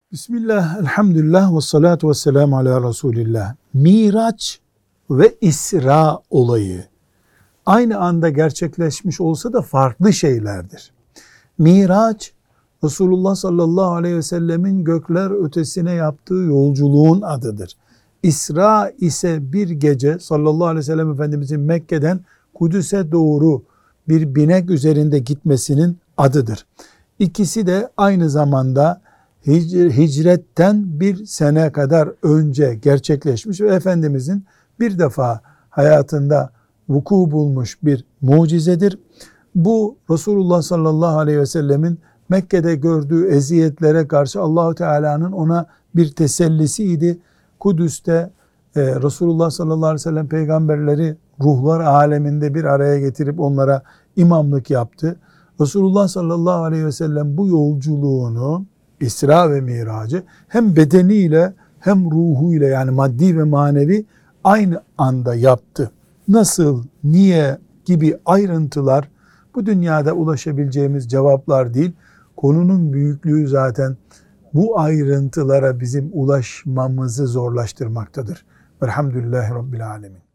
Bismillah, elhamdülillah ve salatu ve selamu ala Resulillah. Miraç ve İsra olayı aynı anda gerçekleşmiş olsa da farklı şeylerdir. Miraç, Resulullah sallallahu aleyhi ve sellemin gökler ötesine yaptığı yolculuğun adıdır. İsra ise bir gece sallallahu aleyhi ve sellem Efendimizin Mekke'den Kudüs'e doğru bir binek üzerinde gitmesinin adıdır. İkisi de aynı zamanda hicretten bir sene kadar önce gerçekleşmiş ve Efendimizin bir defa hayatında vuku bulmuş bir mucizedir. Bu Resulullah sallallahu aleyhi ve sellemin Mekke'de gördüğü eziyetlere karşı Allahu Teala'nın ona bir tesellisiydi. Kudüs'te Resulullah sallallahu aleyhi ve sellem peygamberleri ruhlar aleminde bir araya getirip onlara imamlık yaptı. Resulullah sallallahu aleyhi ve sellem bu yolculuğunu, İsra ve Miracı hem bedeniyle hem ruhuyla, yani maddi ve manevi aynı anda yaptı. Nasıl, niye gibi ayrıntılar bu dünyada ulaşabileceğimiz cevaplar değil. Konunun büyüklüğü zaten bu ayrıntılara bizim ulaşmamızı zorlaştırmaktadır. Velhamdülillahi Rabbil Alemin.